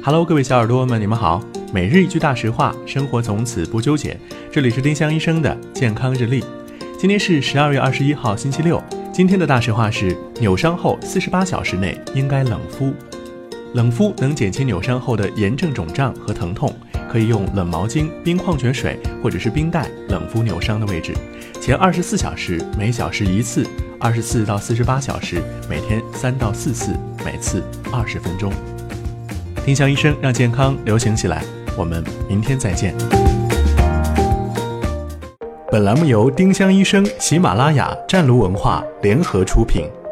Hello， 各位小耳朵们，你们好。每日一句大实话，生活从此不纠结。这里是丁香医生的健康日历。今天是12月21号，星期六。今天的大实话是：扭伤后48小时内应该冷敷。冷敷能减轻扭伤后的炎症肿胀和疼痛，可以用冷毛巾、冰矿泉水或者是冰袋冷敷扭伤的位置。前24小时每小时1次，24到48小时每天3到4次，每次20分钟。丁香医生让健康流行起来，我们明天再见。本栏目由丁香医生、喜马拉雅、湛卢文化联合出品。